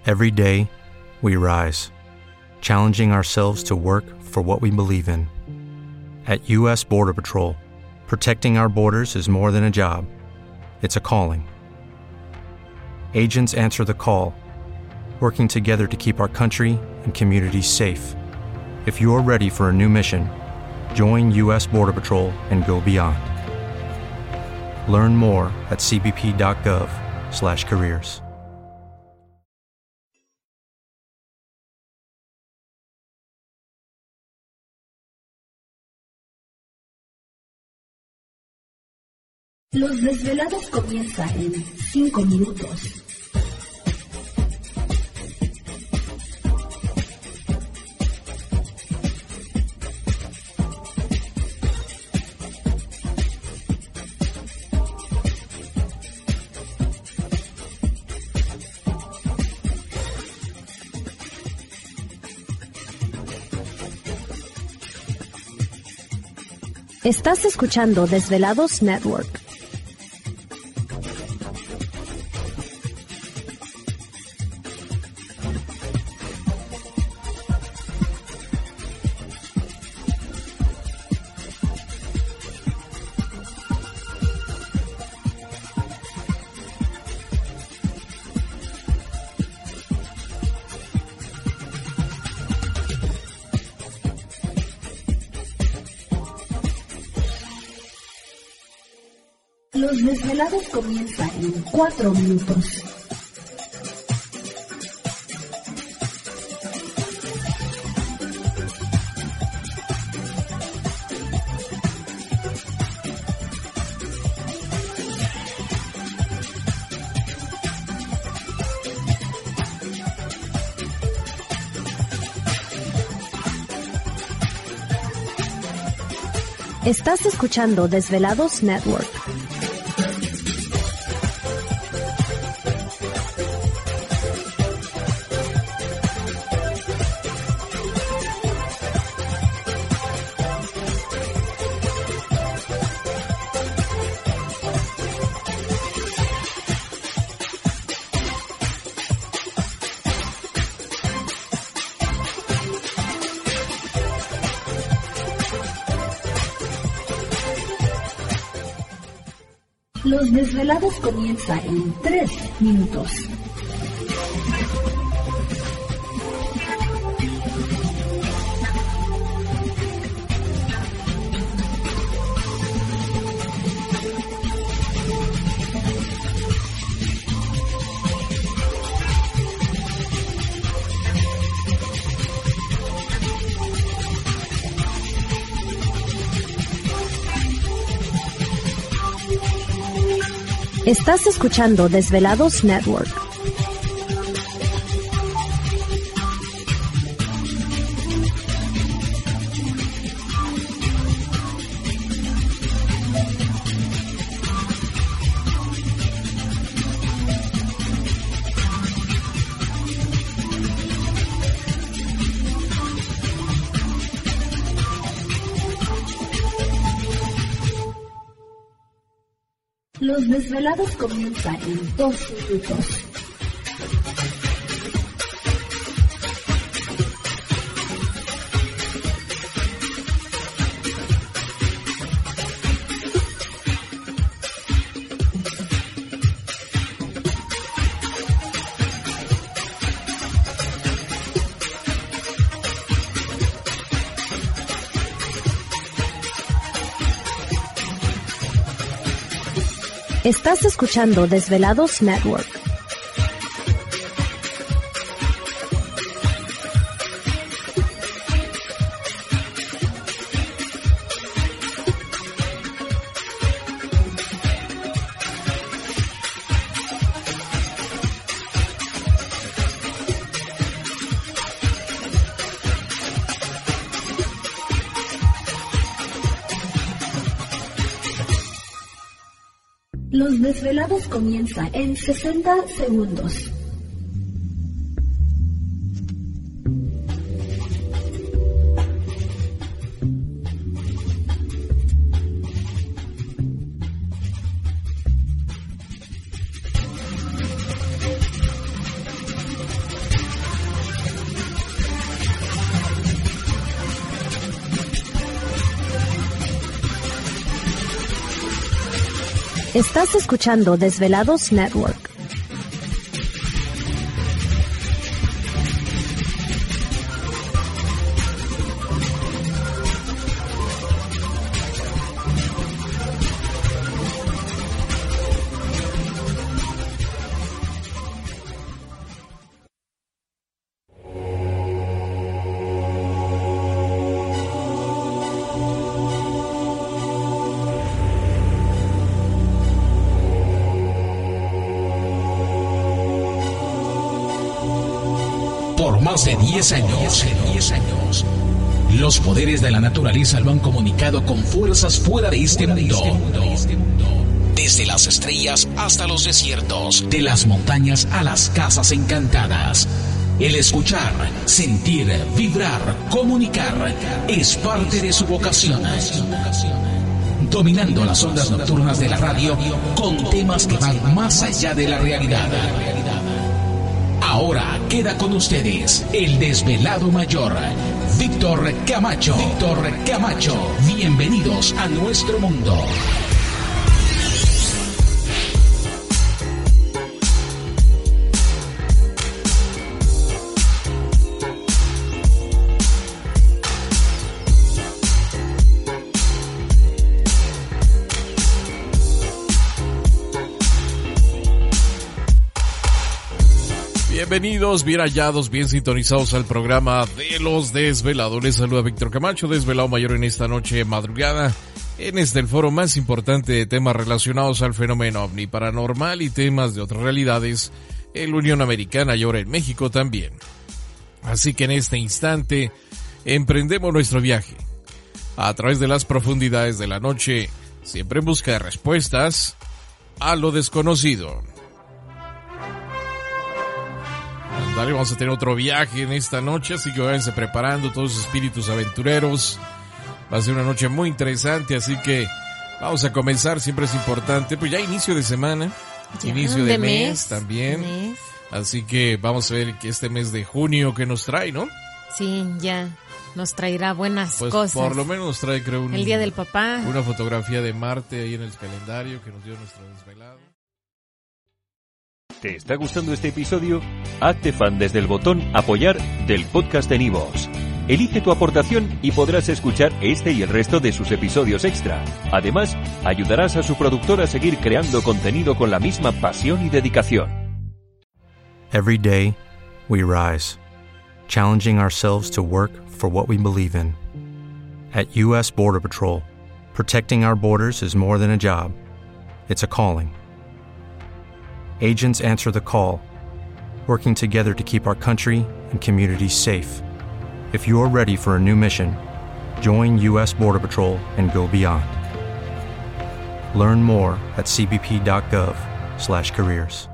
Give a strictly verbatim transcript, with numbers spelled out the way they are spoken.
Every day, we rise, challenging ourselves to work for what we believe in. At U S Border Patrol, protecting our borders is more than a job. It's a calling. Agents answer the call, working together to keep our country and communities safe. If you're ready for a new mission, join U S Border Patrol and go beyond. Learn more at c b p dot gov slash careers. Los Desvelados comienza en cinco minutos. Estás escuchando Desvelados Network. Los Desvelados comienza en cuatro minutos. Estás escuchando Desvelados Network. Los Desvelados comienza en tres minutos. Estás escuchando Desvelados Network. Los Desvelados comienza en dos minutos. Estás escuchando Desvelados Network. Los Desvelados comienza en sesenta segundos. Estás escuchando Desvelados Network. Por más de diez años, diez años, los poderes de la naturaleza lo han comunicado con fuerzas fuera de este mundo. Desde las estrellas hasta los desiertos, de las montañas a las casas encantadas. El escuchar, sentir, vibrar, comunicar es parte de su vocación. Dominando las ondas nocturnas de la radio con temas que van más allá de la realidad. Ahora queda con ustedes el desvelado mayor, Víctor Camacho. Víctor Camacho, bienvenidos a nuestro mundo. Bienvenidos, bien hallados, bien sintonizados al programa de los Desvelados. Les saluda Víctor Camacho, desvelado mayor en esta noche madrugada, en este el foro más importante de temas relacionados al fenómeno ovni paranormal y temas de otras realidades en la Unión Americana y ahora en México también. Así que en este instante emprendemos nuestro viaje a través de las profundidades de la noche, siempre en busca de respuestas a lo desconocido. Dale, vamos a tener otro viaje en esta noche, así que váyanse preparando todos los espíritus aventureros. Va a ser una noche muy interesante, así que vamos a comenzar, siempre es importante. Pues ya inicio de semana, ya, inicio de, de mes, mes también. Mes. Así que vamos a ver que este mes de junio que nos trae, ¿no? Sí, ya nos traerá buenas pues cosas. Por lo menos nos trae, creo, un, el Día del Papá. Una fotografía de Marte ahí en el calendario que nos dio nuestro desvelado. ¿Te está gustando este episodio? Hazte fan desde el botón Apoyar del podcast de Nivos. Elige tu aportación y podrás escuchar este y el resto de sus episodios extra. Además, ayudarás a su productor a seguir creando contenido con la misma pasión y dedicación. Every day, we rise, challenging ourselves to work for what we believe in. At U S Border Patrol, protecting our borders is more than a job. It's a calling. Agents answer the call, working together to keep our country and communities safe. If you're ready for a new mission, join U S Border Patrol and go beyond. Learn more at c b p dot gov slash careers.